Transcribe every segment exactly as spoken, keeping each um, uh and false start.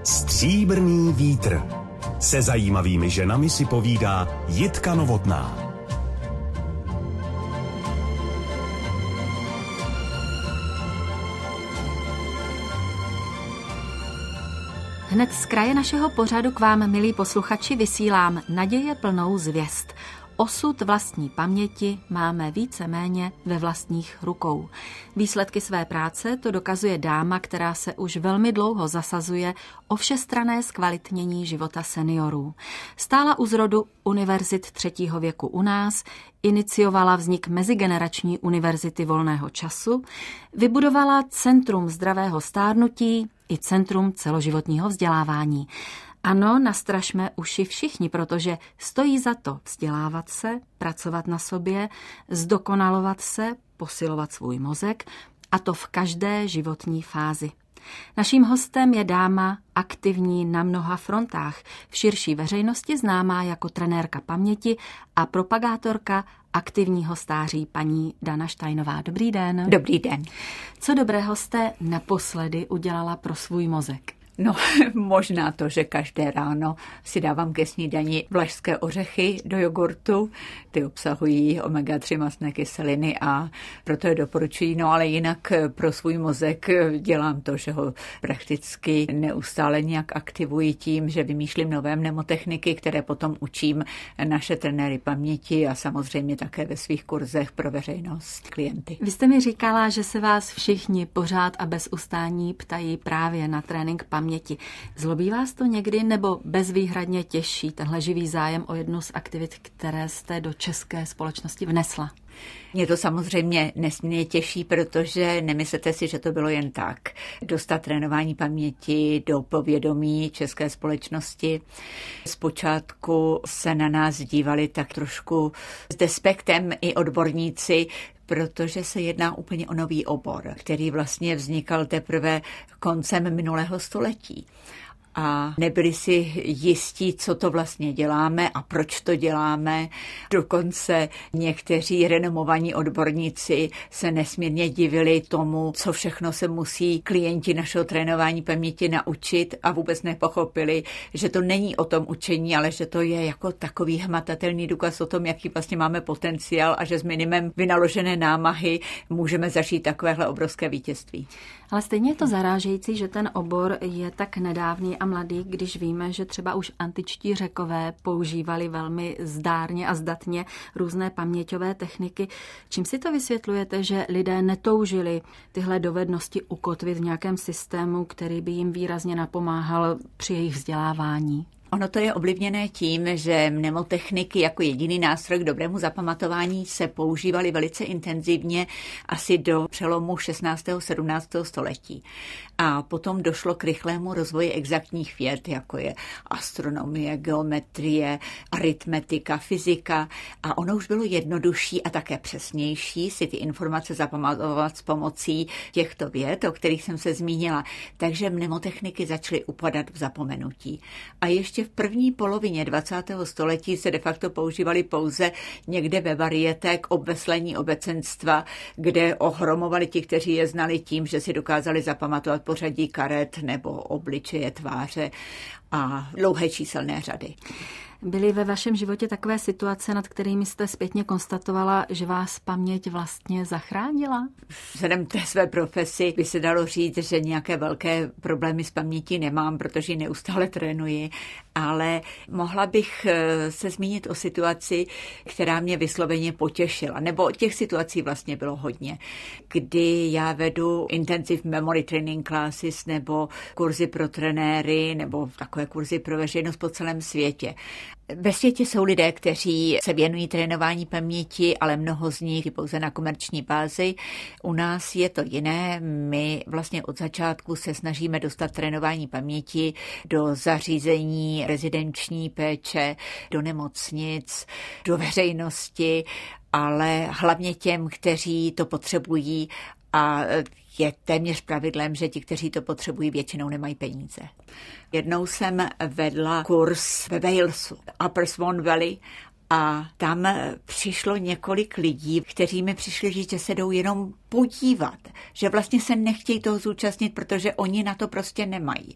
Stříbrný vítr. Se zajímavými ženami si povídá Jitka Novotná. Hned z kraje našeho pořadu k vám, milí posluchači, vysílám naděje plnou zvěst. Osud vlastní paměti máme víceméně ve vlastních rukou. Výsledky své práce to dokazuje dáma, která se už velmi dlouho zasazuje o všestranné zkvalitnění života seniorů. Stála u zrodu univerzit třetího věku u nás, iniciovala vznik Mezigenerační univerzity volného času, vybudovala Centrum zdravého stárnutí i Centrum celoživotního vzdělávání. Ano, nastražme uši všichni, protože stojí za to vzdělávat se, pracovat na sobě, zdokonalovat se, posilovat svůj mozek, a to v každé životní fázi. Naším hostem je dáma aktivní na mnoha frontách, v širší veřejnosti známá jako trenérka paměti a propagátorka aktivního stáří, paní Dana Steinová. Dobrý den. Dobrý den. Co dobrého jste naposledy udělala pro svůj mozek? No, možná to, že každé ráno si dávám ke snídani vlašské ořechy do jogurtu. Ty obsahují omega tři mastné kyseliny a proto je doporučuji. No ale jinak pro svůj mozek dělám to, že ho prakticky neustále nějak aktivuji tím, že vymýšlím nové mnemotechniky, které potom učím naše trenéry paměti a samozřejmě také ve svých kurzech pro veřejnost, klienty. Vy jste mi říkala, že se vás všichni pořád a bez ustání ptají právě na trénink paměti. Zlobí vás to někdy nebo bezvýhradně těší tenhle živý zájem o jednu z aktivit, které jste do české společnosti vnesla? Mě to samozřejmě nesmírně těší, protože nemyslete si, že to bylo jen tak. Dostat trénování paměti do povědomí české společnosti. Zpočátku se na nás dívali tak trošku s despektem i odborníci, protože se jedná úplně o nový obor, který vlastně vznikal teprve koncem minulého století. A nebyli si jistí, co to vlastně děláme a proč to děláme. Dokonce někteří renomovaní odborníci se nesmírně divili tomu, co všechno se musí klienti našeho trénování paměti naučit a vůbec nepochopili, že to není o tom učení, ale že to je jako takový hmatatelný důkaz o tom, jaký vlastně máme potenciál a že s minimem vynaložené námahy můžeme zažít takovéhle obrovské vítězství. Ale stejně je to zarážející, že ten obor je tak nedávný a mladý, když víme, že třeba už antičtí Řekové používali velmi zdárně a zdatně různé paměťové techniky. Čím si to vysvětlujete, že lidé netoužili tyhle dovednosti ukotvit v nějakém systému, který by jim výrazně napomáhal při jejich vzdělávání? Ono to je ovlivněné tím, že mnemotechniky jako jediný nástroj k dobrému zapamatování se používaly velice intenzivně asi do přelomu šestnáctého sedmnáctého století. A potom došlo k rychlému rozvoji exaktních věd, jako je astronomie, geometrie, aritmetika, fyzika. A ono už bylo jednodušší a také přesnější si ty informace zapamatovat s pomocí těchto věd, o kterých jsem se zmínila. Takže mnemotechniky začaly upadat v zapomenutí. A ještě v první polovině dvacátého století se de facto používali pouze někde ve varieté k obveslení obecenstva, kde ohromovali ti, kteří je znali tím, že si dokázali zapamatovat pořadí karet nebo obličeje, tváře a dlouhé číselné řady. Byly ve vašem životě takové situace, nad kterými jste zpětně konstatovala, že vás paměť vlastně zachránila? Vzhledem té své profesi by se dalo říct, že nějaké velké problémy s pamětí nemám, protože ji neustále trénuji, ale mohla bych se zmínit o situaci, která mě vysloveně potěšila, nebo těch situací vlastně bylo hodně, kdy já vedu intensive memory training classes nebo kurzy pro trenéry nebo takové kurzy pro veřejnost po celém světě. Ve světě jsou lidé, kteří se věnují trénování paměti, ale mnoho z nich je pouze na komerční bázi. U nás je to jiné. My vlastně od začátku se snažíme dostat trénování paměti do zařízení rezidenční péče, do nemocnic, do veřejnosti, ale hlavně těm, kteří to potřebují, a je téměř pravidlem, že ti, kteří to potřebují, většinou nemají peníze. Jednou jsem vedla kurz ve Walesu, Upper Swan Valley, A tam přišlo několik lidí, kteří mi přišli říct, že se jdou jenom podívat, že vlastně se nechtějí toho zúčastnit, protože oni na to prostě nemají.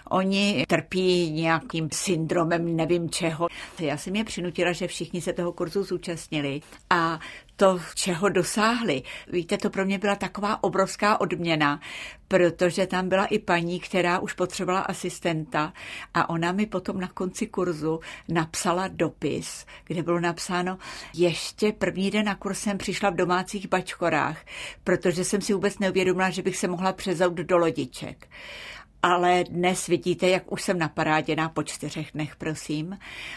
Oni trpí nějakým syndromem nevím čeho. Já jsem je přinutila, že všichni se toho kurzu zúčastnili a to, čeho dosáhli. Víte, to pro mě byla taková obrovská odměna, protože tam byla i paní, která už potřebovala asistenta a ona mi potom na konci kurzu napsala dopis, kde bylo napsáno, ještě první den na kurz jsem přišla v domácích bačkorách, protože jsem si vůbec neuvědomila, že bych se mohla přezout do lodiček. Ale dnes vidíte, jak už jsem naparáděná po čtyřech dnech, prosím.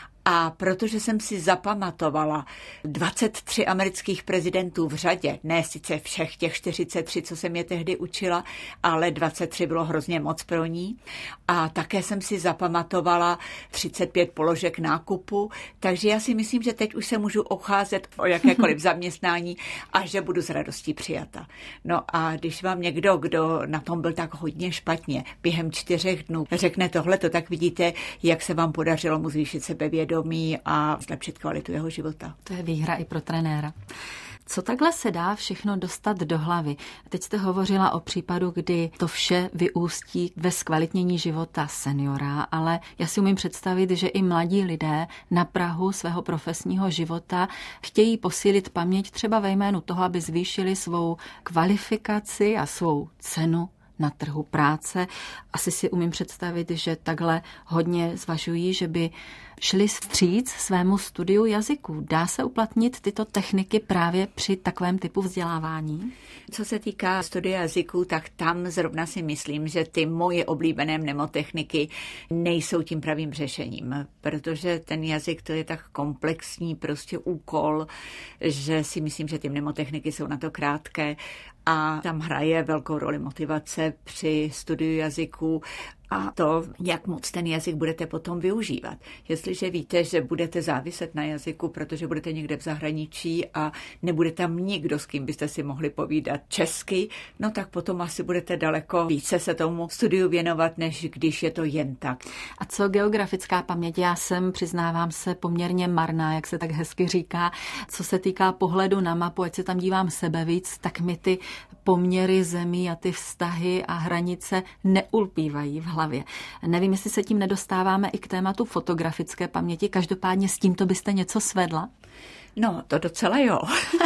A protože jsem si zapamatovala dvacet tři amerických prezidentů v řadě, ne sice všech těch čtyřicet tři, co jsem je tehdy učila, ale dvacet tři bylo hrozně moc pro ní. A také jsem si zapamatovala třicet pět položek nákupu, takže já si myslím, že teď už se můžu ocházet o jakékoliv zaměstnání a že budu s radostí přijata. No a když vám někdo, kdo na tom byl tak hodně špatně, během čtyřech dnů řekne tohleto, tak vidíte, jak se vám podařilo mu zvýšit sebevědomí a zlepšit kvalitu jeho života. To je výhra i pro trenéra. Co takhle se dá všechno dostat do hlavy? Teď jste hovořila o případu, kdy to vše vyústí ve zkvalitnění života seniora, ale já si umím představit, že i mladí lidé na prahu svého profesního života chtějí posílit paměť třeba ve jménu toho, aby zvýšili svou kvalifikaci a svou cenu na trhu práce. Asi si umím představit, že takhle hodně zvažují, že by šli vstříc svému studiu jazyků. Dá se uplatnit tyto techniky právě při takovém typu vzdělávání? Co se týká studia jazyků, tak tam zrovna si myslím, že ty moje oblíbené mnemotechniky nejsou tím pravým řešením, protože ten jazyk to je tak komplexní prostě úkol, že si myslím, že ty mnemotechniky jsou na to krátké a tam hraje velkou roli motivace při studiu jazyků a to, jak moc ten jazyk budete potom využívat. Jestliže víte, že budete záviset na jazyku, protože budete někde v zahraničí a nebude tam nikdo, s kým byste si mohli povídat česky, no tak potom asi budete daleko více se tomu studiu věnovat, než když je to jen tak. A co geografická paměť? Já jsem, přiznávám se, poměrně marná, jak se tak hezky říká. Co se týká pohledu na mapu, ať se tam dívám sebe víc, tak mi ty poměry zemí a ty vztahy a hranice neulpívají v hlavě. Nevím, jestli se tím nedostáváme i k tématu fotografické paměti. Každopádně s tímto byste něco svedla? No, to docela jo.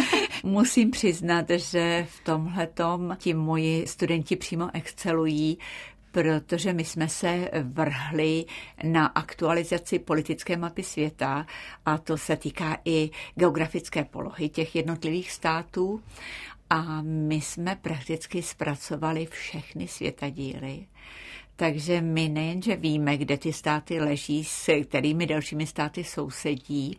Musím přiznat, že v tomhletom ti moji studenti přímo excelují, protože my jsme se vrhli na aktualizaci politické mapy světa a to se týká i geografické polohy těch jednotlivých států. A my jsme prakticky zpracovali všechny světadíly. Takže my nejenže víme, kde ty státy leží, s kterými dalšími státy sousedí,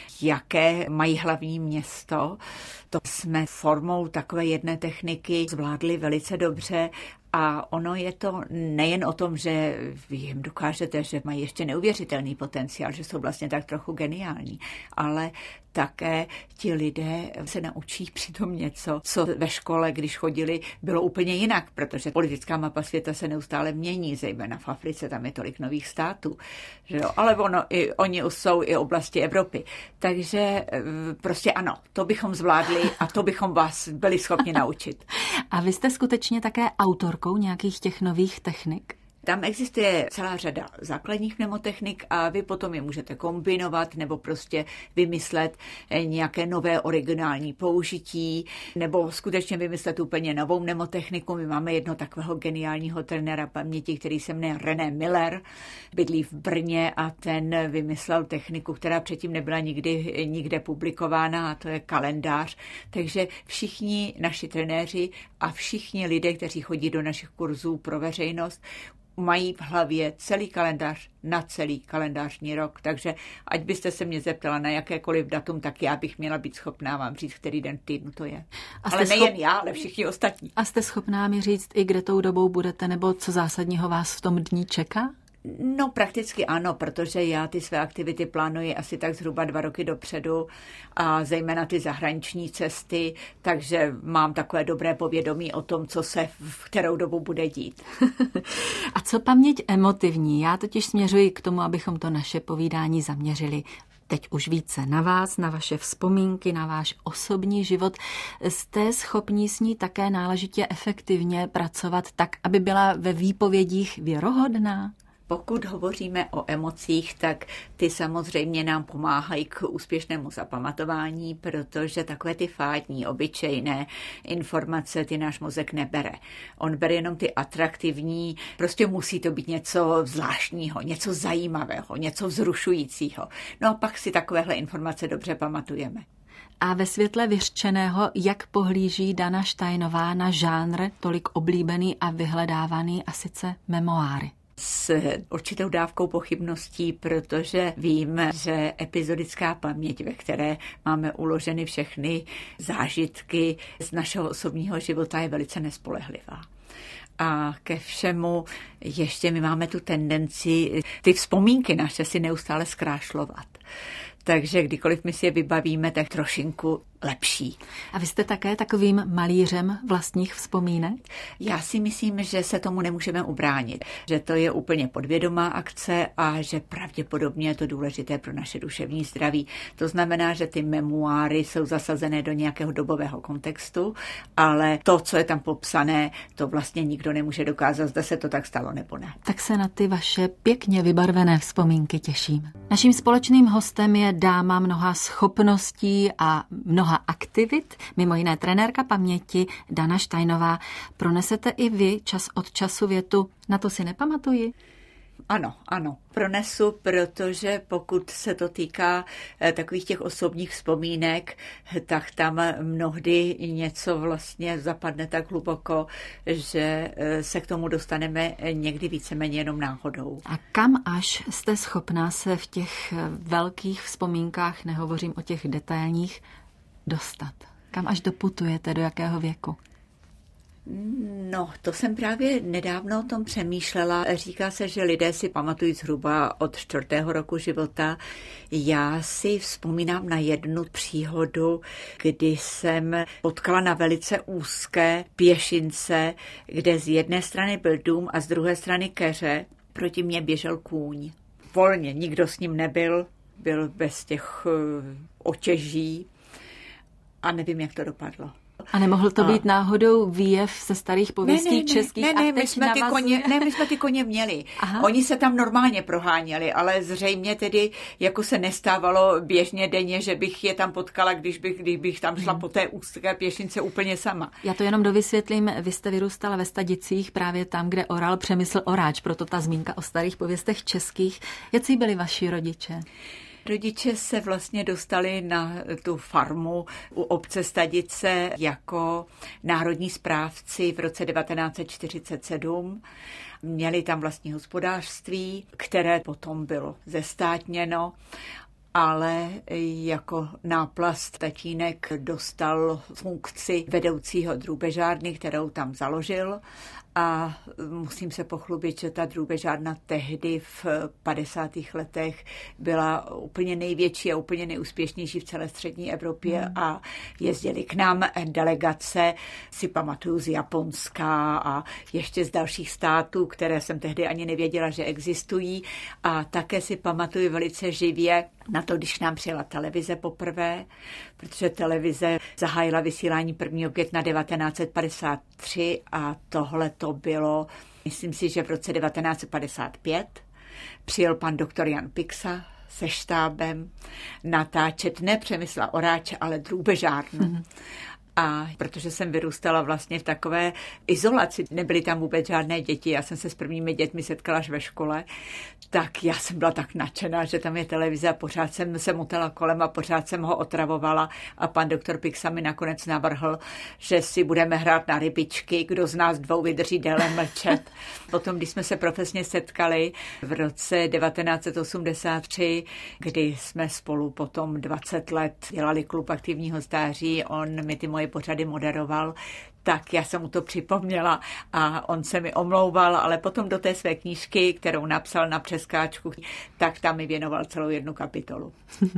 jaké mají hlavní město, to jsme formou takové jedné techniky zvládli velice dobře. A ono je to nejen o tom, že vy jim dokážete, že mají ještě neuvěřitelný potenciál, že jsou vlastně tak trochu geniální, ale také ti lidé se naučí přitom něco, co ve škole, když chodili, bylo úplně jinak, protože politická mapa světa se neustále mění, zejména v Africe, tam je tolik nových států, že jo? Ale ono, i, oni jsou i oblasti Evropy. Takže prostě ano, to bychom zvládli a to bychom vás byli schopni naučit. A vy jste skutečně také autorkou nějakých těch nových technik? Tam existuje celá řada základních mnemotechnik a vy potom je můžete kombinovat nebo prostě vymyslet nějaké nové originální použití nebo skutečně vymyslet úplně novou mnemotechniku. My máme jedno takového geniálního trenéra paměti, který se jmenuje René Miller, bydlí v Brně a ten vymyslel techniku, která předtím nebyla nikdy nikde publikována a to je kalendář. Takže všichni naši trenéři a všichni lidé, kteří chodí do našich kurzů pro veřejnost, mají v hlavě celý kalendář na celý kalendářní rok, takže ať byste se mě zeptala na jakékoliv datum, tak já bych měla být schopná vám říct, který den týdnu to je. Ale nejen schop... já, ale všichni ostatní. A jste schopná mi říct i kde tou dobou budete, nebo co zásadního vás v tom dní čeká? No prakticky ano, protože já ty své aktivity plánuji asi tak zhruba dva roky dopředu a zejména ty zahraniční cesty, takže mám takové dobré povědomí o tom, co se v kterou dobu bude dít. A co paměť emotivní? Já totiž směřuji k tomu, abychom to naše povídání zaměřili teď už více na vás, na vaše vzpomínky, na váš osobní život. Jste schopni s ní také náležitě efektivně pracovat tak, aby byla ve výpovědích věrohodná? Pokud hovoříme o emocích, tak ty samozřejmě nám pomáhají k úspěšnému zapamatování, protože takové ty fádní, obyčejné informace ty náš mozek nebere. On bere jenom ty atraktivní, prostě musí to být něco zvláštního, něco zajímavého, něco vzrušujícího. No a pak si takovéhle informace dobře pamatujeme. A ve světle vyřčeného, jak pohlíží Dana Steinová na žánr tolik oblíbený a vyhledávaný, a sice memoáry? S určitou dávkou pochybností, protože vím, že epizodická paměť, ve které máme uloženy všechny zážitky z našeho osobního života, je velice nespolehlivá. A ke všemu ještě my máme tu tendenci ty vzpomínky naše si neustále zkrášlovat. Takže kdykoliv my si je vybavíme, tak trošinku lepší. A vy jste také takovým malířem vlastních vzpomínek? Já si myslím, že se tomu nemůžeme ubránit, že to je úplně podvědomá akce a že pravděpodobně je to důležité pro naše duševní zdraví. To znamená, že ty memoáry jsou zasazené do nějakého dobového kontextu, ale to, co je tam popsané, to vlastně nikdo nemůže dokázat, zda se to tak stalo nebo ne. Tak se na ty vaše pěkně vybarvené vzpomínky těším. Naším společným hostem je dáma mnoha schopností a mnoha aktivit, mimo jiné trenérka paměti Dana Steinová. Pronesete i vy čas od času větu, na to si nepamatuji? Ano, ano, pronesu, protože pokud se to týká takových těch osobních vzpomínek, tak tam mnohdy něco vlastně zapadne tak hluboko, že se k tomu dostaneme někdy víceméně jenom náhodou. A kam až jste schopná se v těch velkých vzpomínkách, nehovořím o těch detailních, dostat? Kam až doputujete, do jakého věku? No, to jsem právě nedávno o tom přemýšlela. Říká se, že lidé si pamatují zhruba od čtvrtého roku života. Já si vzpomínám na jednu příhodu, kdy jsem potkala na velice úzké pěšince, kde z jedné strany byl dům a z druhé strany keře. Proti mně běžel kůň. Volně, nikdo s ním nebyl, byl bez těch otěží a nevím, jak to dopadlo. A nemohl to být a... náhodou výjev ze starých pověstí ne, ne, českých? Ne, ne, my jsme, ty koně, ne my jsme ty koně měli. Aha. Oni se tam normálně proháněli, ale zřejmě tedy jako se nestávalo běžně denně, že bych je tam potkala, když bych, když bych tam šla hmm. po té úzké pěšince úplně sama. Já to jenom dovysvětlím, vy jste vyrůstala ve Stadicích, právě tam, kde oral Přemysl Oráč, proto ta zmínka o starých pověstech českých. Jací byli vaši rodiče? Rodiče se vlastně dostali na tu farmu u obce Stadice jako národní správci v roce devatenáct set čtyřicet sedm. Měli tam vlastní hospodářství, které potom bylo zestátněno, ale jako náplast tatínek dostal funkci vedoucího drůbežárny, kterou tam založil. A musím se pochlubit, že ta drůbežárna tehdy v padesátých letech byla úplně největší a úplně nejúspěšnější v celé střední Evropě hmm. a jezdili k nám delegace, si pamatuju z Japonska a ještě z dalších států, které jsem tehdy ani nevěděla, že existují. A také si pamatuju velice živě na to, když nám přijela televize poprvé, protože televize zahájila vysílání prvního května devatenáct set padesát tři a tohle to bylo, myslím si, že v roce devatenáct set padesát pět přijel pan doktor Jan Pixa se štábem natáčet ne Přemysla Oráče, ale drůbežárnu. Mm-hmm. A protože jsem vyrůstala vlastně v takové izolaci, nebyly tam vůbec žádné děti, já jsem se s prvními dětmi setkala až ve škole, tak já jsem byla tak nadšená, že tam je televize a pořád jsem se motala kolem a pořád jsem ho otravovala a pan doktor Pixa mi nakonec navrhl, že si budeme hrát na rybičky, kdo z nás dvou vydrží déle mlčet. Potom, když jsme se profesně setkali v roce devatenáct set osmdesát tři, kdy jsme spolu potom dvacet let dělali klub aktivního stáří, on mi ty moje pořady moderoval, tak já jsem mu to připomněla a on se mi omlouval, ale potom do té své knížky, kterou napsal na přeskáčku, tak tam mi věnoval celou jednu kapitolu.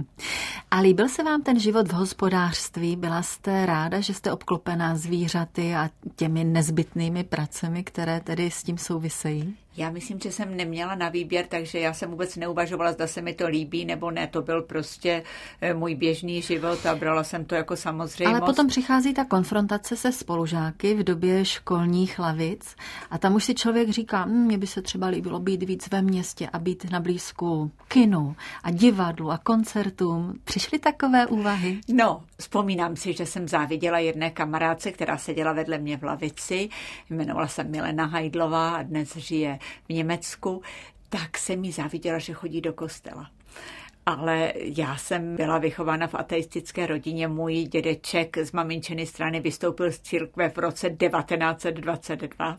A líbil se vám ten život v hospodářství? Byla jste ráda, že jste obklopená zvířaty a těmi nezbytnými pracemi, které tedy s tím souvisejí? Já myslím, že jsem neměla na výběr, takže já jsem vůbec neuvažovala, zda se mi to líbí nebo ne. To byl prostě můj běžný život a brala jsem to jako samozřejmost. Ale potom přichází ta konfrontace se spolužáky v době školních lavic a tam už si člověk říká, hm, mně by se třeba líbilo být víc ve městě a být na blízku kinu a divadlu a koncertům. Přišly takové úvahy? No, vzpomínám si, že jsem záviděla jedné kamarádce, která seděla vedle mě v lavici, jmenovala se Milena Hajdlová a dnes žije v Německu, tak jsem jí záviděla, že chodí do kostela. Ale já jsem byla vychována v ateistické rodině. Můj dědeček z maminčiny strany vystoupil z církve v roce devatenáct set dvacet dva.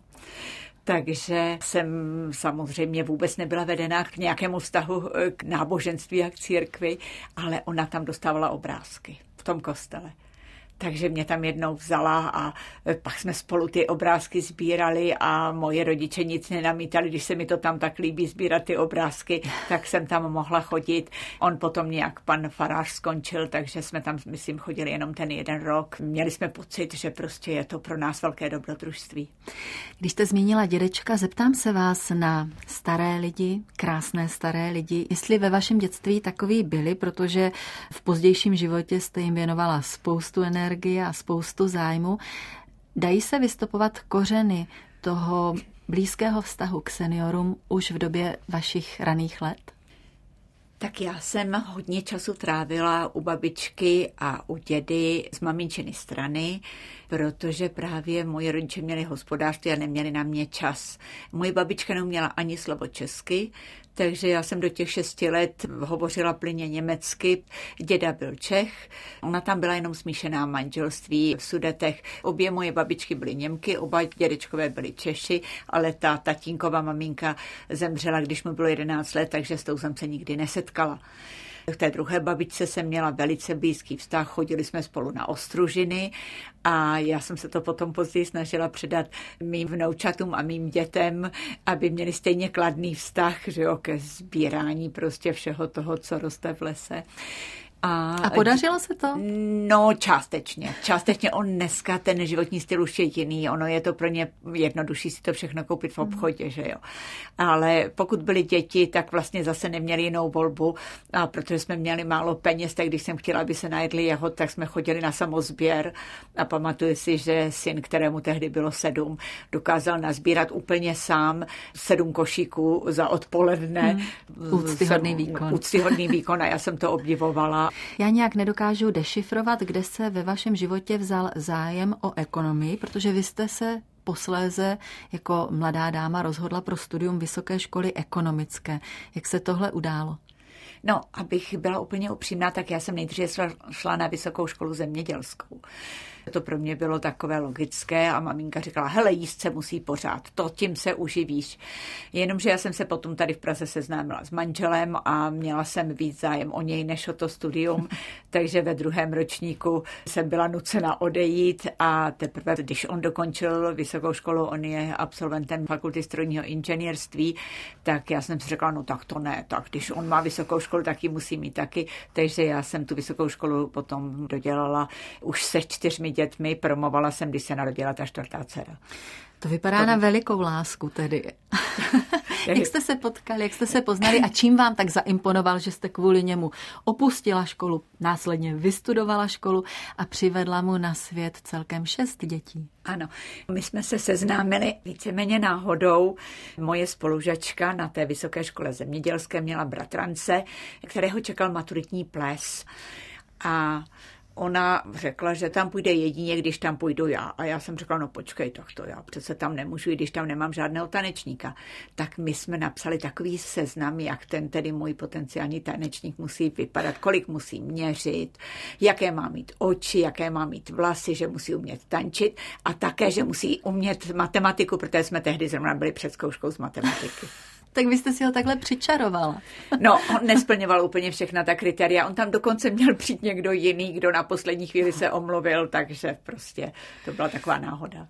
Takže jsem samozřejmě vůbec nebyla vedená k nějakému vztahu k náboženství a k církvi, ale ona tam dostávala obrázky v tom kostele. Takže mě tam jednou vzala a pak jsme spolu ty obrázky sbírali a moje rodiče nic nenamítali, když se mi to tam tak líbí sbírat ty obrázky, tak jsem tam mohla chodit. On potom nějak pan farář skončil, takže jsme tam, myslím, chodili jenom ten jeden rok. Měli jsme pocit, že prostě je to pro nás velké dobrodružství. Když jste zmínila dědečka, zeptám se vás na staré lidi, krásné staré lidi, jestli ve vašem dětství takový byli, protože v pozdějším životě jste jim věnovala spoustu energie a spoustu zájmu. Dají se vystopovat kořeny toho blízkého vztahu k seniorům už v době vašich raných let? Tak já jsem hodně času trávila u babičky a u dědy z maminčiny strany, protože právě moji rodiče měli hospodářství a neměli na mě čas. Moje babička neuměla ani slovo česky, takže já jsem do těch šesti let hovořila plynně německy. Děda byl Čech, ona tam byla jenom smíšená manželství v Sudetech. Obě moje babičky byly Němky, oba dědečkové byli Češi, ale ta tatínková maminka zemřela, když mu bylo jedenáct let, takže s tou jsem se nikdy nesetkala. K té druhé babičce jsem měla velice blízký vztah, chodili jsme spolu na ostružiny a já jsem se to potom později snažila předat mým vnoučatům a mým dětem, aby měli stejně kladný vztah, že jo, ke sbírání prostě všeho toho, co roste v lese. A, a podařilo se to? No, částečně. Částečně on dneska, ten životní styl už je jiný. Ono je to pro ně jednodušší si to všechno koupit v obchodě, že jo. Ale pokud byly děti, tak vlastně zase neměli jinou volbu. A protože jsme měli málo peněz, tak když jsem chtěla, aby se najedli jahod, tak jsme chodili na samosběr. A pamatuju si, že syn, kterému tehdy bylo sedm, dokázal nazbírat úplně sám sedm košíků za odpoledne. Hmm. Úctyhodný výkon. Úctyhodný výkon a já jsem to obdivovala. Já nějak nedokážu dešifrovat, kde se ve vašem životě vzal zájem o ekonomii, protože vy jste se posléze jako mladá dáma rozhodla pro studium vysoké školy ekonomické. Jak se tohle událo? No, abych byla úplně upřímná, tak já jsem nejdříve šla na vysokou školu zemědělskou. To pro mě bylo takové logické a maminka říkala, hele, jíst se musí pořád, to tím se uživíš. Jenomže já jsem se potom tady v Praze seznámila s manželem a měla jsem víc zájem o něj než o to studium, takže ve druhém ročníku jsem byla nucena odejít a teprve, když on dokončil vysokou školu, on je absolventem fakulty strojního inženýrství, tak já jsem si řekla, no tak to ne, tak když on má vysokou školu, tak ji musí mít taky, takže já jsem tu vysokou školu potom dodělala už se čtyřmi dětmi, promovala jsem, když se narodila ta čtvrtá dcera. To vypadá to... na velikou lásku tedy. Jak jste se potkali, jak jste se poznali a čím vám tak zaimponoval, že jste kvůli němu opustila školu, následně vystudovala školu a přivedla mu na svět celkem šest dětí? Ano, my jsme se seznámili víceméně náhodou. Moje spolužačka na té vysoké škole zemědělské měla bratrance, kterého čekal maturitní ples. A ona řekla, že tam půjde jedině, když tam půjdu já. A já jsem řekla, no počkej, tak to já přece tam nemůžu, když tam nemám žádného tanečníka. Tak my jsme napsali takový seznam, jak ten tedy můj potenciální tanečník musí vypadat, kolik musí měřit, jaké má mít oči, jaké má mít vlasy, že musí umět tančit a také, že musí umět matematiku, protože jsme tehdy zrovna byli před zkouškou z matematiky. Tak vy jste si ho takhle přičarovala. No, on nesplňoval úplně všechna ta kritéria. On tam dokonce měl přijít někdo jiný, kdo na poslední chvíli se omluvil, takže prostě to byla taková náhoda.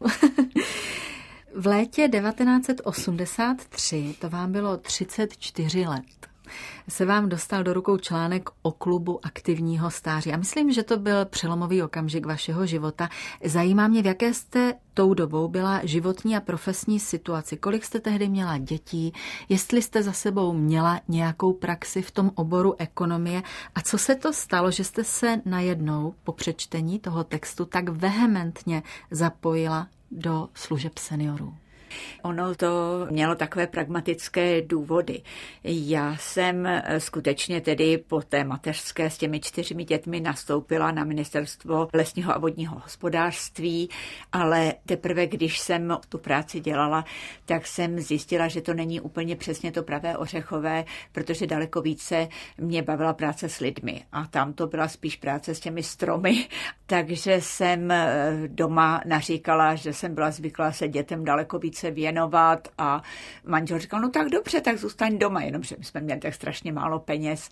V létě devatenáct set osmdesát tři, to vám bylo třicet čtyři let. se vám dostal do rukou článek o klubu aktivního stáří. A myslím, že to byl přelomový okamžik vašeho života. Zajímá mě, v jaké jste tou dobou byla životní a profesní situaci. Kolik jste tehdy měla dětí, jestli jste za sebou měla nějakou praxi v tom oboru ekonomie a co se to stalo, že jste se najednou po přečtení toho textu tak vehementně zapojila do služeb seniorů? Ono to mělo takové pragmatické důvody. Já jsem skutečně tedy po té mateřské s těmi čtyřmi dětmi nastoupila na ministerstvo lesního a vodního hospodářství, ale teprve, když jsem tu práci dělala, tak jsem zjistila, že to není úplně přesně to pravé ořechové, protože daleko více mě bavila práce s lidmi a tam to byla spíš práce s těmi stromy, takže jsem doma naříkala, že jsem byla zvyklá se dětem daleko více věnovat a manžel říkal, no tak dobře, tak zůstaň doma, jenomže my jsme měli tak strašně málo peněz,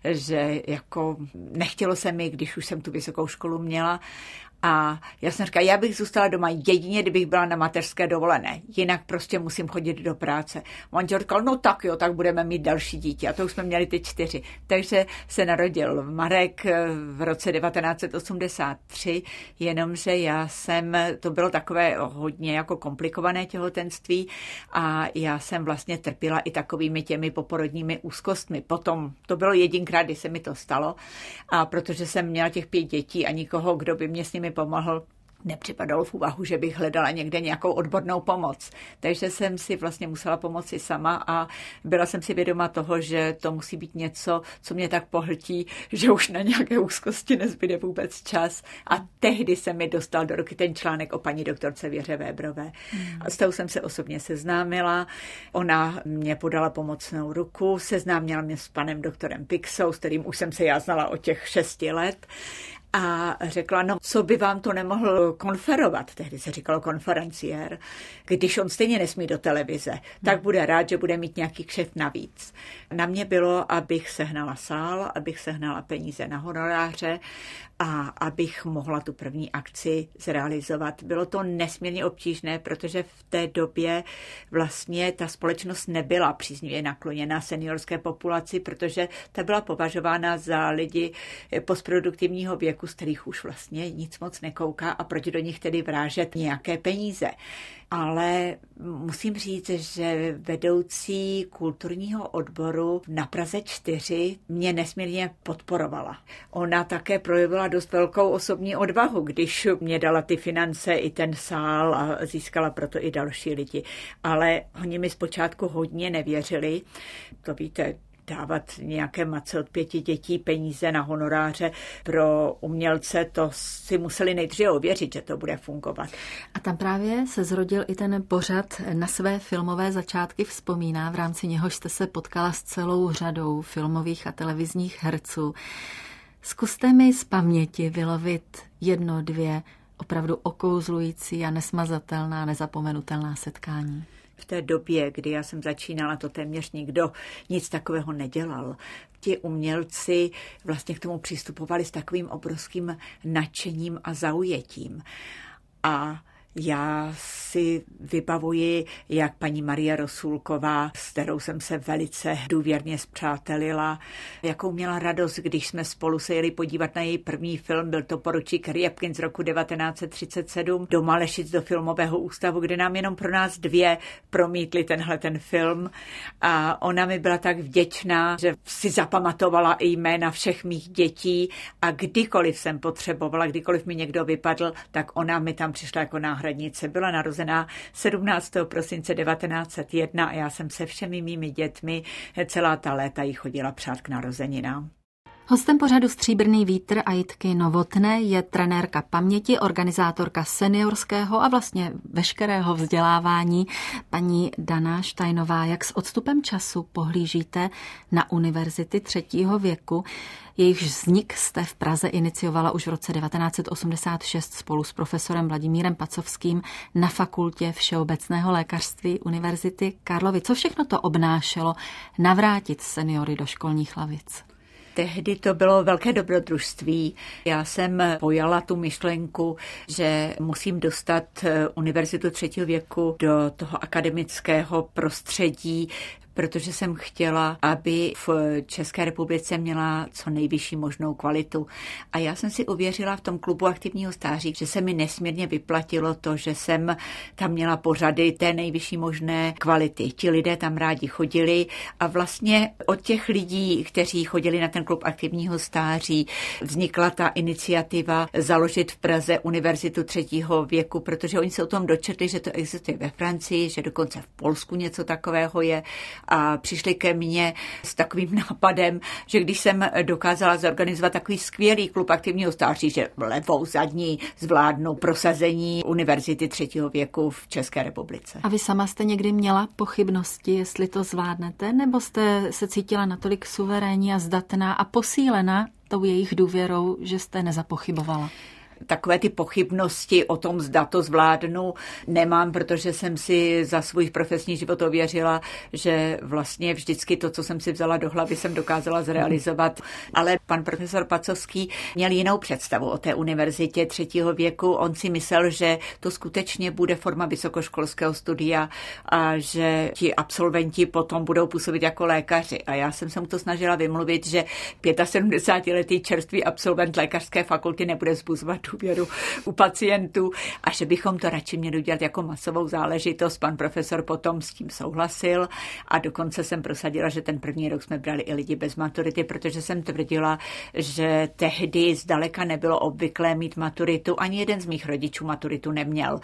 že jako nechtělo se mi, když už jsem tu vysokou školu měla. A já jsem říkala, já bych zůstala doma jedině, kdybych byla na mateřské dovolené. Jinak prostě musím chodit do práce. Manžel říkal, no tak jo, tak budeme mít další dítě. A to už jsme měli ty čtyři. Takže se narodil Marek v roce devatenáct set osmdesát tři, jenomže já jsem, to bylo takové hodně jako komplikované těhotenství a já jsem vlastně trpěla i takovými těmi poporodními úzkostmi. Potom to bylo jedinkrát, kdy se mi to stalo a protože jsem měla těch pět dětí a nikoho, kdo by mě s nimi pomohl, nepřipadalo v úvahu, že bych hledala někde nějakou odbornou pomoc. Takže jsem si vlastně musela pomoci sama a byla jsem si vědoma toho, že to musí být něco, co mě tak pohltí, že už na nějaké úzkosti nezbyde vůbec čas. A tehdy se mi dostal do ruky ten článek o paní doktorce Věře Vébrové. A s tou jsem se osobně seznámila. Ona mě podala pomocnou ruku, seznámila mě s panem doktorem Pixou, s kterým už jsem se já znala od těch šesti let. A řekla, no co by vám to nemohl konferovat, tehdy se říkalo konferenciér, když on stejně nesmí do televize, tak bude rád, že bude mít nějaký kšeft navíc. Na mě bylo, abych sehnala sál, abych sehnala peníze na honoráře a abych mohla tu první akci zrealizovat. Bylo to nesmírně obtížné, protože v té době vlastně ta společnost nebyla příznivě nakloněna seniorské populaci, protože ta byla považována za lidi postproduktivního věku, z kterých už vlastně nic moc nekouká a proti do nich tedy vrážet nějaké peníze. Ale musím říct, že vedoucí kulturního odboru na Praze čtyři mě nesmírně podporovala. Ona také projevila dost velkou osobní odvahu, když mě dala ty finance i ten sál a získala proto i další lidi. Ale oni mi zpočátku hodně nevěřili. To víte, dávat nějaké matce od pěti dětí peníze na honoráře pro umělce, to si museli nejdříve ověřit, že to bude fungovat. A tam právě se zrodil i ten pořad Na své filmové začátky vzpomíná, v rámci něhož jste se potkala s celou řadou filmových a televizních herců. Zkuste mi z paměti vylovit jedno, dvě opravdu okouzlující a nesmazatelná, nezapomenutelná setkání. V té době, kdy já jsem začínala, to téměř nikdo nic takového nedělal. Ti umělci vlastně k tomu přistupovali s takovým obrovským nadšením a zaujetím. A já si vybavuji, jak paní Marie Rosulková, s kterou jsem se velice důvěrně spřátelila, jakou měla radost, když jsme spolu se jeli podívat na její první film, byl to Poručík Rjepkin z roku devatenáct set třicet sedm, do Malešic do filmového ústavu, kde nám jenom pro nás dvě promítli tenhle ten film. A ona mi byla tak vděčná, že si zapamatovala i jména všech mých dětí a kdykoliv jsem potřebovala, kdykoliv mi někdo vypadl, tak ona mi tam přišla jako náhradnice. Byla narozená sedmnáctého prosince devatenáct set jedna a já jsem se všemi mými dětmi celá ta léta jí chodila přát k narozeninám. Hostem pořadu Stříbrný vítr a Jitky Novotné je trenérka paměti, organizátorka seniorského a vlastně veškerého vzdělávání paní Dana Štajnová. Jak s odstupem času pohlížíte na univerzity třetího věku? Jejichž vznik jste v Praze iniciovala už v roce devatenáct set osmdesát šest spolu s profesorem Vladimírem Pacovským na fakultě všeobecného lékařství Univerzity Karlovy. Co všechno to obnášelo navrátit seniory do školních lavic? Tehdy to bylo velké dobrodružství. Já jsem pojala tu myšlenku, že musím dostat univerzitu třetího věku do toho akademického prostředí, protože jsem chtěla, aby v České republice měla co nejvyšší možnou kvalitu. A já jsem si uvěřila v tom klubu aktivního stáří, že se mi nesmírně vyplatilo to, že jsem tam měla pořady té nejvyšší možné kvality. Ti lidé tam rádi chodili a vlastně od těch lidí, kteří chodili na ten klub aktivního stáří, vznikla ta iniciativa založit v Praze univerzitu třetího věku, protože oni se o tom dočetli, že to existuje ve Francii, že dokonce v Polsku něco takového je a přišli ke mně s takovým nápadem, že když jsem dokázala zorganizovat takový skvělý klub aktivního stáří, že levou zadní zvládnu prosazení univerzity třetího věku v České republice. A vy sama jste někdy měla pochybnosti, jestli to zvládnete, nebo jste se cítila natolik suverénní a zdatná a posílena tou jejich důvěrou, že jste nezapochybovala? Takové ty pochybnosti o tom, zda to zvládnu, nemám, protože jsem si za svůj profesní život ověřila, že vlastně vždycky to, co jsem si vzala do hlavy, jsem dokázala zrealizovat. Ale pan profesor Pacovský měl jinou představu o té univerzitě třetího věku. On si myslel, že to skutečně bude forma vysokoškolského studia a že ti absolventi potom budou působit jako lékaři. A já jsem se mu to snažila vymluvit, že sedmdesátipětiletý čerstvý absolvent lékařské fakulty nebude vzbuzovat důvěru u pacientů a že bychom to radši měli udělat jako masovou záležitost. Pan profesor potom s tím souhlasil a dokonce jsem prosadila, že ten první rok jsme brali i lidi bez maturity, protože jsem tvrdila, že tehdy zdaleka nebylo obvyklé mít maturitu. Ani jeden z mých rodičů maturitu neměl.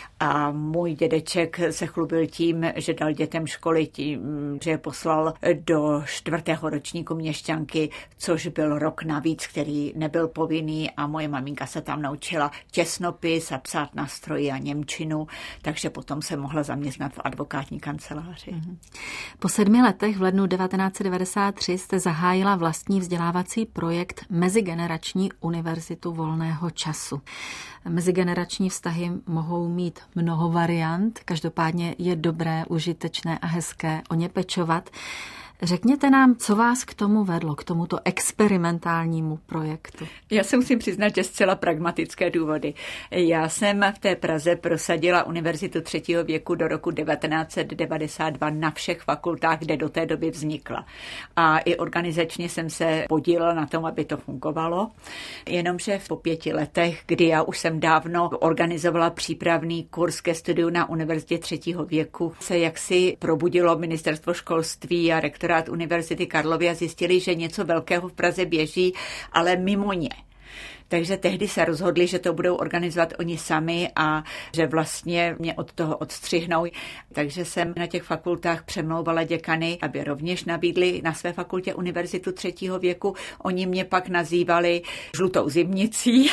A můj dědeček se chlubil tím, že dal dětem školy tím, že je poslal do čtvrtého ročníku měšťanky, což byl rok navíc, který nebyl povinný a moje maminka se tam naučila těsnopis a psát na stroji a němčinu, takže potom se mohla zaměstnat v advokátní kanceláři. Po sedmi letech v lednu devatenáct set devadesát tři jste zahájila vlastní vzdělávací projekt Mezigenerační univerzitu volného času. Mezigenerační vztahy mohou mít mnoho variant, každopádně je dobré, užitečné a hezké o ně pečovat. Řekněte nám, co vás k tomu vedlo, k tomuto experimentálnímu projektu. Já se musím přiznat, že zcela pragmatické důvody. Já jsem v té Praze prosadila univerzitu třetího věku do roku devatenáct set devadesát dva na všech fakultách, kde do té doby vznikla. A i organizačně jsem se podílela na tom, aby to fungovalo. Jenomže po pěti letech, kdy já už jsem dávno organizovala přípravný kurz ke studiu na univerzitě třetího věku, se jaksi probudilo ministerstvo školství a rektor Univerzity Karlovy a zjistili, že něco velkého v Praze běží, ale mimo ně. Takže tehdy se rozhodli, že to budou organizovat oni sami a že vlastně mě od toho odstřihnou. Takže jsem na těch fakultách přemlouvala děkany, aby rovněž nabídli na své fakultě univerzitu třetího věku. Oni mě pak nazývali žlutou zimnicí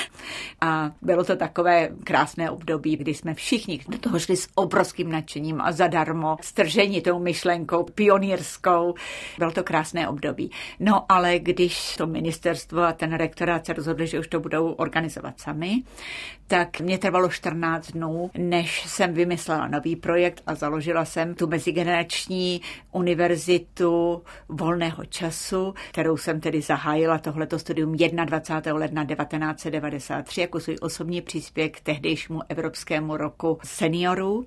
a bylo to takové krásné období, kdy jsme všichni do toho šli s obrovským nadšením a zadarmo, strženi tou myšlenkou pionýrskou. Bylo to krásné období. No ale když to ministerstvo a ten rektorát se rozhodli, že už to budou organizovat sami, tak mě trvalo čtrnáct dnů, než jsem vymyslela nový projekt a založila jsem tu mezigenerační univerzitu volného času, kterou jsem tedy zahájila tohleto studium dvacátého prvního ledna devatenáct set devadesát tři jako svůj osobní příspěvek k tehdejšímu Evropskému roku seniorů.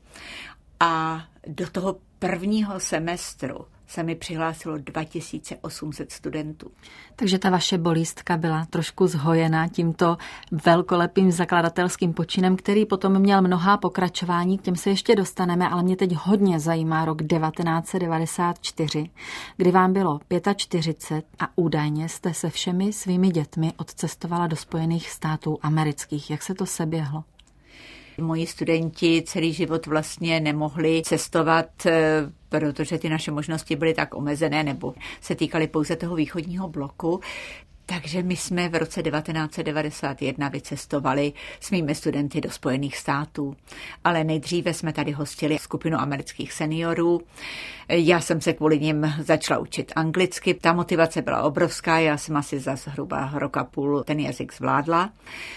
A do toho prvního semestru se mi přihlásilo dva tisíce osm set studentů. Takže ta vaše bolístka byla trošku zhojená tímto velkolepým zakladatelským počinem, který potom měl mnohá pokračování, k těm se ještě dostaneme, ale mě teď hodně zajímá rok devatenáct set devadesát čtyři, kdy vám bylo čtyřicet pět a údajně jste se všemi svými dětmi odcestovala do Spojených států amerických. Jak se to seběhlo? Moji studenti celý život vlastně nemohli cestovat, protože ty naše možnosti byly tak omezené nebo se týkaly pouze toho východního bloku. Takže my jsme v roce devatenáct set devadesát jedna vycestovali s mými studenty do Spojených států. Ale nejdříve jsme tady hostili skupinu amerických seniorů. Já jsem se kvůli nim začala učit anglicky. Ta motivace byla obrovská, já jsem asi za zhruba rok a půl ten jazyk zvládla.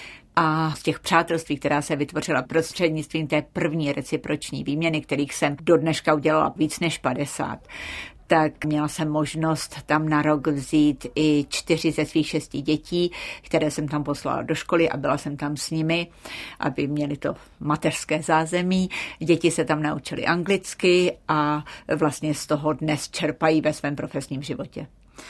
A z těch přátelství, která se vytvořila prostřednictvím té první reciproční výměny, kterých jsem do dneška udělala víc než padesát, tak měla jsem možnost tam na rok vzít i čtyři ze svých šesti dětí, které jsem tam poslala do školy a byla jsem tam s nimi, aby měli to mateřské zázemí. Děti se tam naučily anglicky a vlastně z toho dnes čerpají ve svém profesním životě.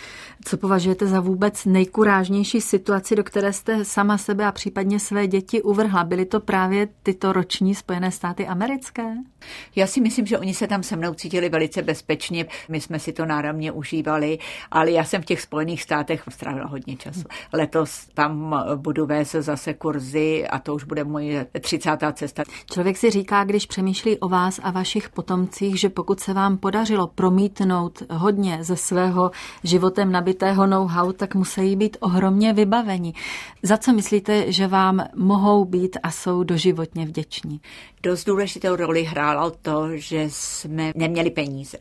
Co považujete za vůbec nejkurážnější situaci, do které jste sama sebe a případně své děti uvrhla? Byly to právě tyto roční Spojené státy americké? Já si myslím, že oni se tam se mnou cítili velice bezpečně. My jsme si to náramně užívali, ale já jsem v těch Spojených státech strávila hodně času. Letos tam budu vést zase kurzy a to už bude moje třicátá cesta. Člověk si říká, když přemýšlí o vás a vašich potomcích, že pokud se vám podařilo promítnout hodně ze svého životem nabitého know-how, tak musí být ohromně vybaveni. Za co myslíte, že vám mohou být a jsou doživotně vděční? Dost důležitou roli hrálo to, že jsme neměli peníze.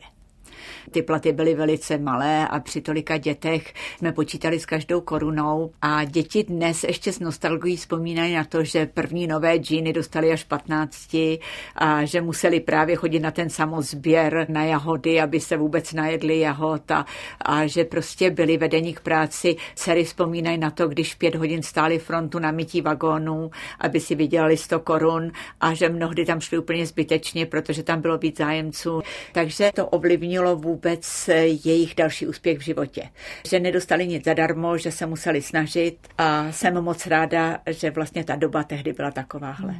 Ty platy byly velice malé a při tolika dětech jsme počítali s každou korunou a děti dnes ještě s nostalgií vzpomínají na to, že první nové džíny dostali až patnácti a že museli právě chodit na ten samozběr na jahody, aby se vůbec najedli jahod a, a že prostě byli vedeni k práci. Dcery vzpomínají na to, když pět hodin stáli frontu na mytí vagónů, aby si vydělali sto korun a že mnohdy tam šli úplně zbytečně, protože tam bylo víc zájemců. Takže to ovlivnilo vůbec jejich další úspěch v životě. Že nedostali nic zadarmo, že se museli snažit a jsem moc ráda, že vlastně ta doba tehdy byla takováhle.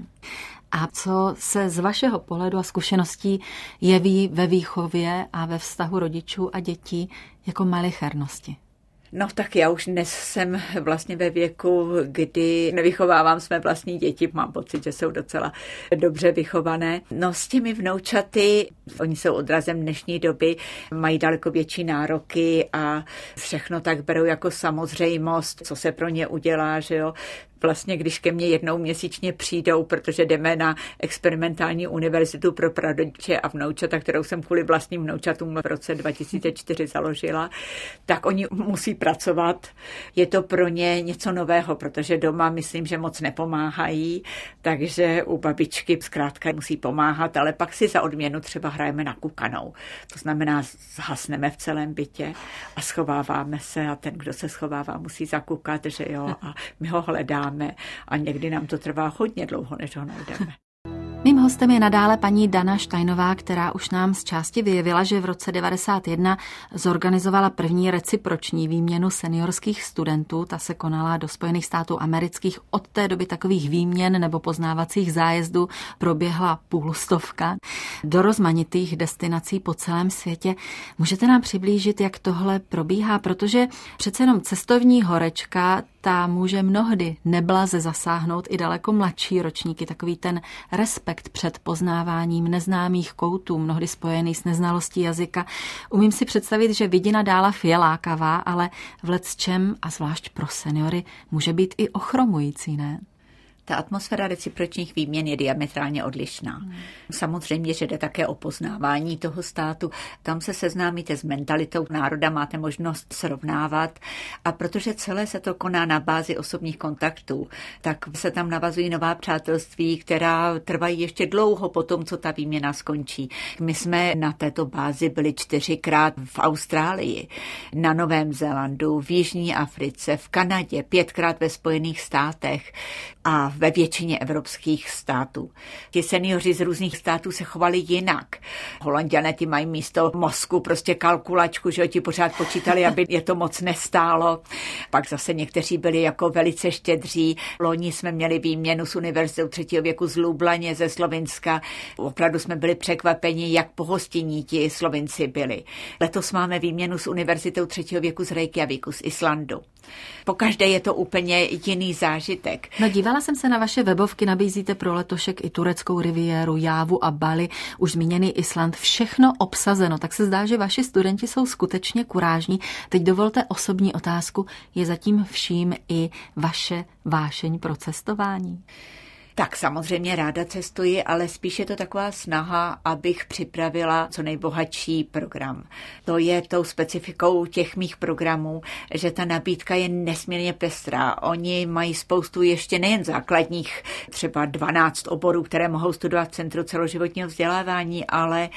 A co se z vašeho pohledu a zkušeností jeví ve výchově a ve vztahu rodičů a dětí jako malichernosti? No tak já už dnes jsem vlastně ve věku, kdy nevychovávám své vlastní děti, mám pocit, že jsou docela dobře vychované. No s těmi vnoučaty, oni jsou odrazem dnešní doby, mají daleko větší nároky a všechno tak berou jako samozřejmost, co se pro ně udělá, že jo. Vlastně, když ke mně jednou měsíčně přijdou, protože jdeme na experimentální univerzitu pro prarodiče a vnoučata, kterou jsem kvůli vlastním vnoučatům v roce dva tisíce čtyři založila, tak oni musí pracovat. Je to pro ně něco nového, protože doma myslím, že moc nepomáhají, takže u babičky zkrátka musí pomáhat, ale pak si za odměnu třeba hrajeme na kukanou. To znamená, zhasneme v celém bytě a schováváme se a ten, kdo se schovává, musí zakukat, že jo, a my ho hledáme. A někdy nám to trvá hodně dlouho, než ho najdeme. Mým hostem je nadále paní Dana Steinová, která už nám z části vyjevila, že v roce devadesát jedna zorganizovala první reciproční výměnu seniorských studentů. Ta se konala do Spojených států amerických. Od té doby takových výměn nebo poznávacích zájezdů proběhla půlstovka do rozmanitých destinací po celém světě. Můžete nám přiblížit, jak tohle probíhá, protože přece jenom cestovní horečka, ta může mnohdy neblaze zasáhnout i daleko mladší ročníky, takový ten respekt před poznáváním neznámých koutů, mnohdy spojený s neznalostí jazyka. Umím si představit, že vidina Dálav je lákavá, ale v lecčem, a zvlášť pro seniory, může být i ochromující, ne? Ta atmosféra recipročních výměn je diametrálně odlišná. Hmm. Samozřejmě, že jde také o poznávání toho státu. Tam se seznámíte s mentalitou národa, máte možnost srovnávat a protože celé se to koná na bázi osobních kontaktů, tak se tam navazují nová přátelství, která trvají ještě dlouho po tom, co ta výměna skončí. My jsme na této bázi byli čtyřikrát v Austrálii, na Novém Zélandu, v Jižní Africe, v Kanadě, pětkrát ve Spojených státech a ve většině evropských států. Ti seniori z různých států se chovali jinak. Holanďané ti mají místo mozku prostě kalkulačku, že ti pořád počítali, aby je to moc nestálo. Pak zase někteří byli jako velice štědří. Loni jsme měli výměnu s univerzitou třetího věku z Lublaně ze Slovinska. Opravdu jsme byli překvapeni, jak pohostinní ti Slovinci byli. Letos máme výměnu s univerzitou třetího věku z Reykjavíku, z Islandu. Pokaždé je to úplně jiný zážitek. No, dívala jsem se na vaše webovky, nabízíte pro letošek i tureckou riviéru, Jávu a Bali, už zmíněný Island, všechno obsazeno, tak se zdá, že vaši studenti jsou skutečně kurážní. Teď dovolte osobní otázku, je zatím vším i vaše vášeň pro cestování? Tak samozřejmě ráda cestuji, ale spíš je to taková snaha, abych připravila co nejbohatší program. To je tou specifikou těch mých programů, že ta nabídka je nesmírně pestrá. Oni mají spoustu ještě nejen základních, třeba dvanáct oborů, které mohou studovat v Centru celoživotního vzdělávání, ale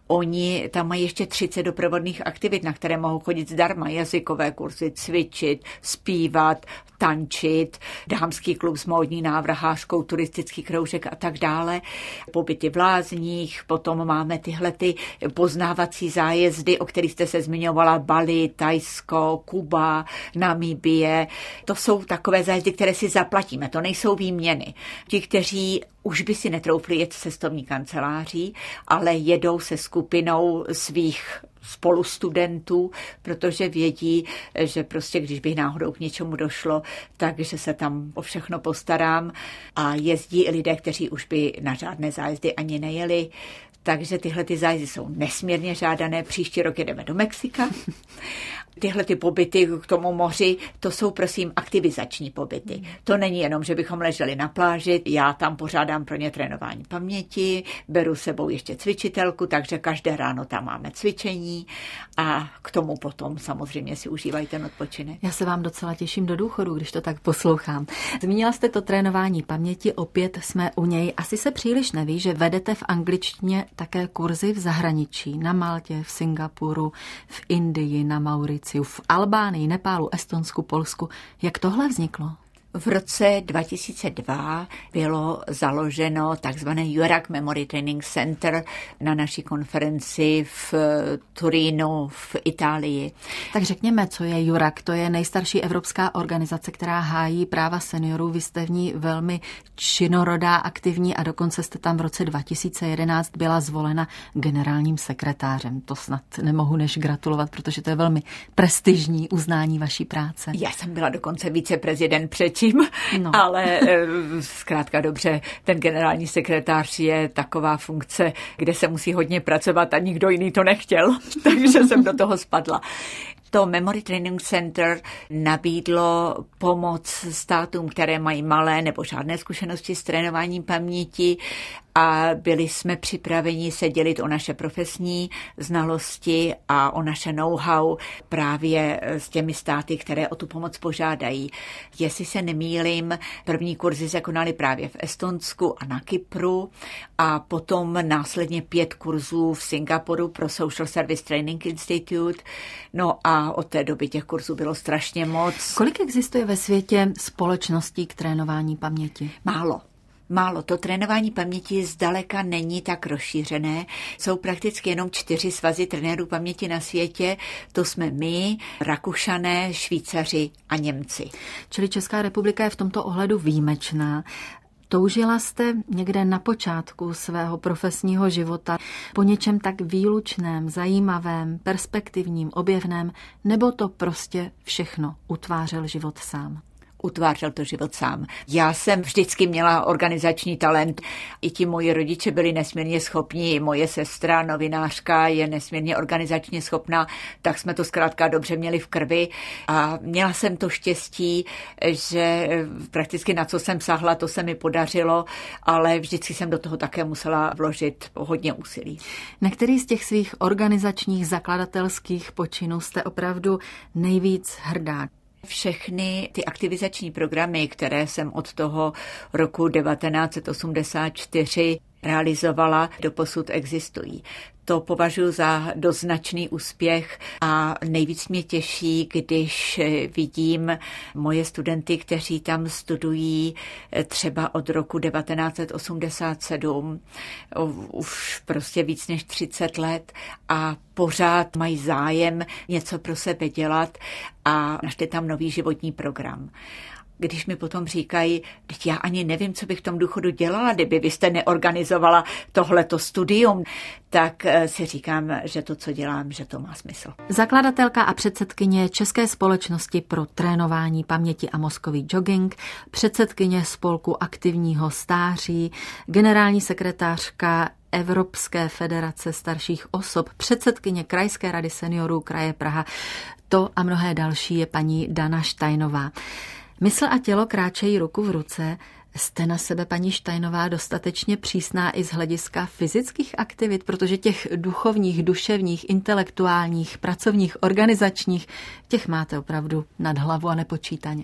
Oni tam mají ještě třicet doprovodných aktivit, na které mohou chodit zdarma, jazykové kurzy, cvičit, zpívat, tančit, dámský klub s módní návrhářkou, turistický kroužek a tak dále, pobyty v lázních, potom máme tyhle ty poznávací zájezdy, o kterých jste se zmiňovala, Bali, Thajsko, Kuba, Namibie. To jsou takové zájezdy, které si zaplatíme, to nejsou výměny. Ti, kteří už by si netroufli jet s cestovní kanceláří, ale jedou se skupinou svých spolustudentů, protože vědí, že prostě když by náhodou k něčemu došlo, takže se tam o všechno postarám, a jezdí i lidé, kteří už by na žádné zájezdy ani nejeli. Takže tyhle ty zájezdy jsou nesmírně žádané. Příští rok jedeme do Mexika. Tyhle ty pobyty k tomu moři, to jsou prosím aktivizační pobyty. To není jenom, že bychom leželi na pláži, já tam pořádám pro ně trénování paměti, beru sebou ještě cvičitelku, takže každé ráno tam máme cvičení a k tomu potom samozřejmě si užívají ten odpočinek. Já se vám docela těším do důchodu, když to tak poslouchám. Zmínila jste to trénování paměti, opět jsme u něj. Asi se příliš neví, že vedete v angličtině také kurzy v zahraničí, na Maltě, v Singapuru, v Indii, na Mauriciu, v Albánii, Nepálu, Estonsku, Polsku. Jak tohle vzniklo? V roce dva tisíce dva bylo založeno takzvané Jurák Memory Training Center na naší konferenci v Turínu v Itálii. Tak řekněme, co je Jurák. To je nejstarší evropská organizace, která hájí práva seniorů. Vy jste v ní velmi činorodá, aktivní a dokonce jste tam v roce dva tisíce jedenáct byla zvolena generálním sekretářem. To snad nemohu než gratulovat, protože to je velmi prestižní uznání vaší práce. Já jsem byla dokonce viceprezident předtím. No. Ale zkrátka dobře, ten generální sekretář je taková funkce, kde se musí hodně pracovat a nikdo jiný to nechtěl, takže jsem do toho spadla. To Memory Training Center nabídlo pomoc státům, které mají malé nebo žádné zkušenosti s trénováním paměti, a byli jsme připraveni se dělit o naše profesní znalosti a o naše know-how právě s těmi státy, které o tu pomoc požádají. Jestli se nemýlím, první kurzy se konaly právě v Estonsku a na Kypru a potom následně pět kurzů v Singapuru pro Social Service Training Institute. No a od té doby těch kurzů bylo strašně moc. Kolik existuje ve světě společností k trénování paměti? Málo. Málo. To trénování paměti zdaleka není tak rozšířené. Jsou prakticky jenom čtyři svazy trenérů paměti na světě. To jsme my, Rakušané, Švýcaři a Němci. Čili Česká republika je v tomto ohledu výjimečná. Toužila jste někde na počátku svého profesního života po něčem tak výlučném, zajímavém, perspektivním, objevném, nebo to prostě všechno utvářel život sám? Utvářel to život sám. Já jsem vždycky měla organizační talent. I ti moji rodiče byli nesmírně schopní. Moje sestra, novinářka, je nesmírně organizačně schopná, tak jsme to zkrátka dobře měli v krvi. A měla jsem to štěstí, že prakticky na co jsem sahla, to se mi podařilo, ale vždycky jsem do toho také musela vložit hodně úsilí. Na který z těch svých organizačních zakladatelských počinů jste opravdu nejvíc hrdá? Všechny ty aktivizační programy, které jsem od toho roku devatenáct set osmdesát čtyři realizovala, doposud existují. To považuji za doznačný úspěch a nejvíc mě těší, když vidím moje studenty, kteří tam studují třeba od roku devatenáct set osmdesát sedm, už prostě víc než třicet let a pořád mají zájem něco pro sebe dělat a našli tam nový životní program. Když mi potom říkají, teď já ani nevím, co bych v tom důchodu dělala, kdyby vy jste neorganizovala tohleto studium, tak si říkám, že to, co dělám, že to má smysl. Zakladatelka a předsedkyně České společnosti pro trénování paměti a mozkový jogging, předsedkyně spolku aktivního stáří, generální sekretářka Evropské federace starších osob, předsedkyně Krajské rady seniorů kraje Praha. To a mnohé další je paní Dana Steinová. Mysl a tělo kráčejí ruku v ruce. Jste na sebe, paní Steinová, dostatečně přísná i z hlediska fyzických aktivit, protože těch duchovních, duševních, intelektuálních, pracovních, organizačních, těch máte opravdu nad hlavu a nepočítaně.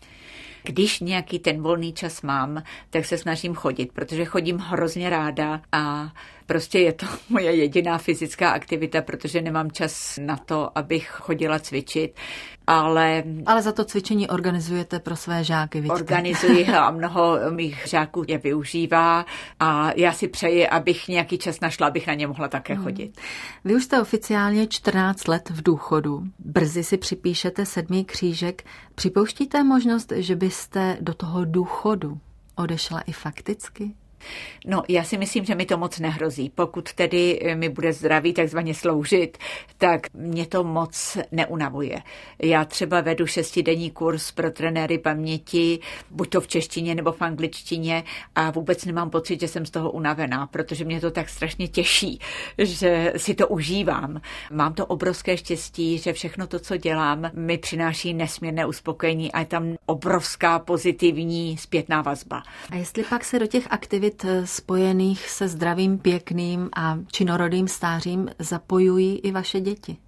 Když nějaký ten volný čas mám, tak se snažím chodit, protože chodím hrozně ráda a Prostě je to moje jediná fyzická aktivita, protože nemám čas na to, abych chodila cvičit. Ale, ale za to cvičení organizujete pro své žáky, vidíte? Organizuji a mnoho mých žáků je využívá a já si přeji, abych nějaký čas našla, abych na ně mohla také hmm. chodit. Vy už jste oficiálně čtrnáct let v důchodu. Brzy si připíšete sedmý křížek. Připouštíte možnost, že byste do toho důchodu odešla i fakticky? No, já si myslím, že mi to moc nehrozí. Pokud tedy mi bude zdraví takzvaně sloužit, tak mě to moc neunavuje. Já třeba vedu šestidenní kurz pro trenéry paměti, buď to v češtině nebo v angličtině a vůbec nemám pocit, že jsem z toho unavená, protože mě to tak strašně těší, že si to užívám. Mám to obrovské štěstí, že všechno to, co dělám, mi přináší nesmírné uspokojení a je tam obrovská pozitivní zpětná vazba. A jestli pak se do těch aktivit spojených se zdravým, pěkným a činorodým stářím zapojují i vaše děti?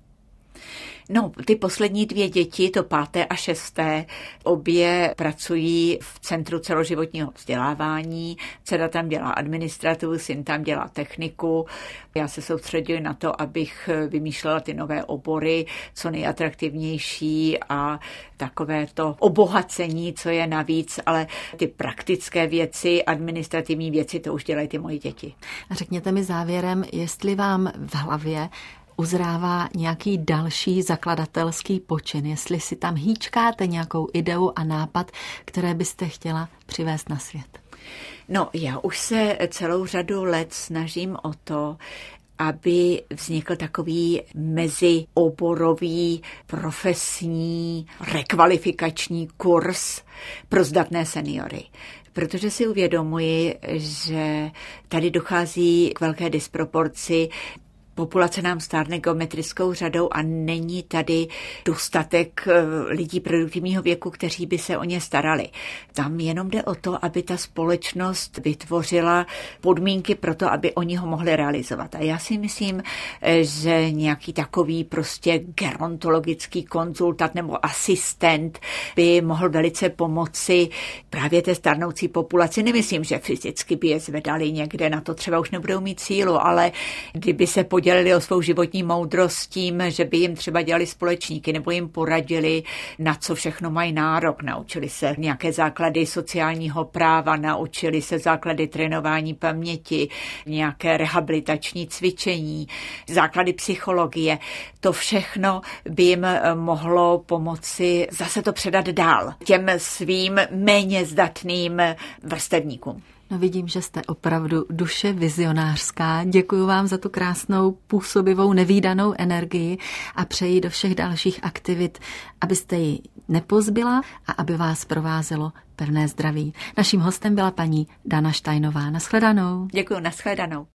No, ty poslední dvě děti, to páté a šesté, obě pracují v Centru celoživotního vzdělávání. Dcera tam dělá administrativu, syn tam dělá techniku. Já se soustředuji na to, abych vymýšlela ty nové obory, co nejatraktivnější a takové to obohacení, co je navíc, ale ty praktické věci, administrativní věci, to už dělají ty moje děti. A řekněte mi závěrem, jestli vám v hlavě uzrává nějaký další zakladatelský počin, jestli si tam hýčkáte nějakou ideu a nápad, které byste chtěla přivést na svět. No, já už se celou řadu let snažím o to, aby vznikl takový mezioborový profesní rekvalifikační kurz pro zdatné seniory. Protože si uvědomuji, že tady dochází k velké disproporci. Populace nám stárne geometrickou řadou a není tady dostatek lidí produktivního věku, kteří by se o ně starali. Tam jenom jde o to, aby ta společnost vytvořila podmínky pro to, aby oni ho mohli realizovat. A já si myslím, že nějaký takový prostě gerontologický konzultant nebo asistent by mohl velice pomoci právě té stárnoucí populaci. Nemyslím, že fyzicky by je zvedali někde, na to třeba už nebudou mít sílu, ale kdyby se podělili dělili o svou životní moudrost tím, že by jim třeba dělali společníky nebo jim poradili, na co všechno mají nárok. Naučili se nějaké základy sociálního práva, naučili se základy trénování paměti, nějaké rehabilitační cvičení, základy psychologie. To všechno by jim mohlo pomoci zase to předat dál těm svým méně zdatným vrstevníkům. No vidím, že jste opravdu duše vizionářská. Děkuji vám za tu krásnou, působivou, nevídanou energii a přeji do všech dalších aktivit, abyste ji nepozbyla a aby vás provázelo pevné zdraví. Naším hostem byla paní Dana Steinová. Naschledanou. Děkuji, naschledanou.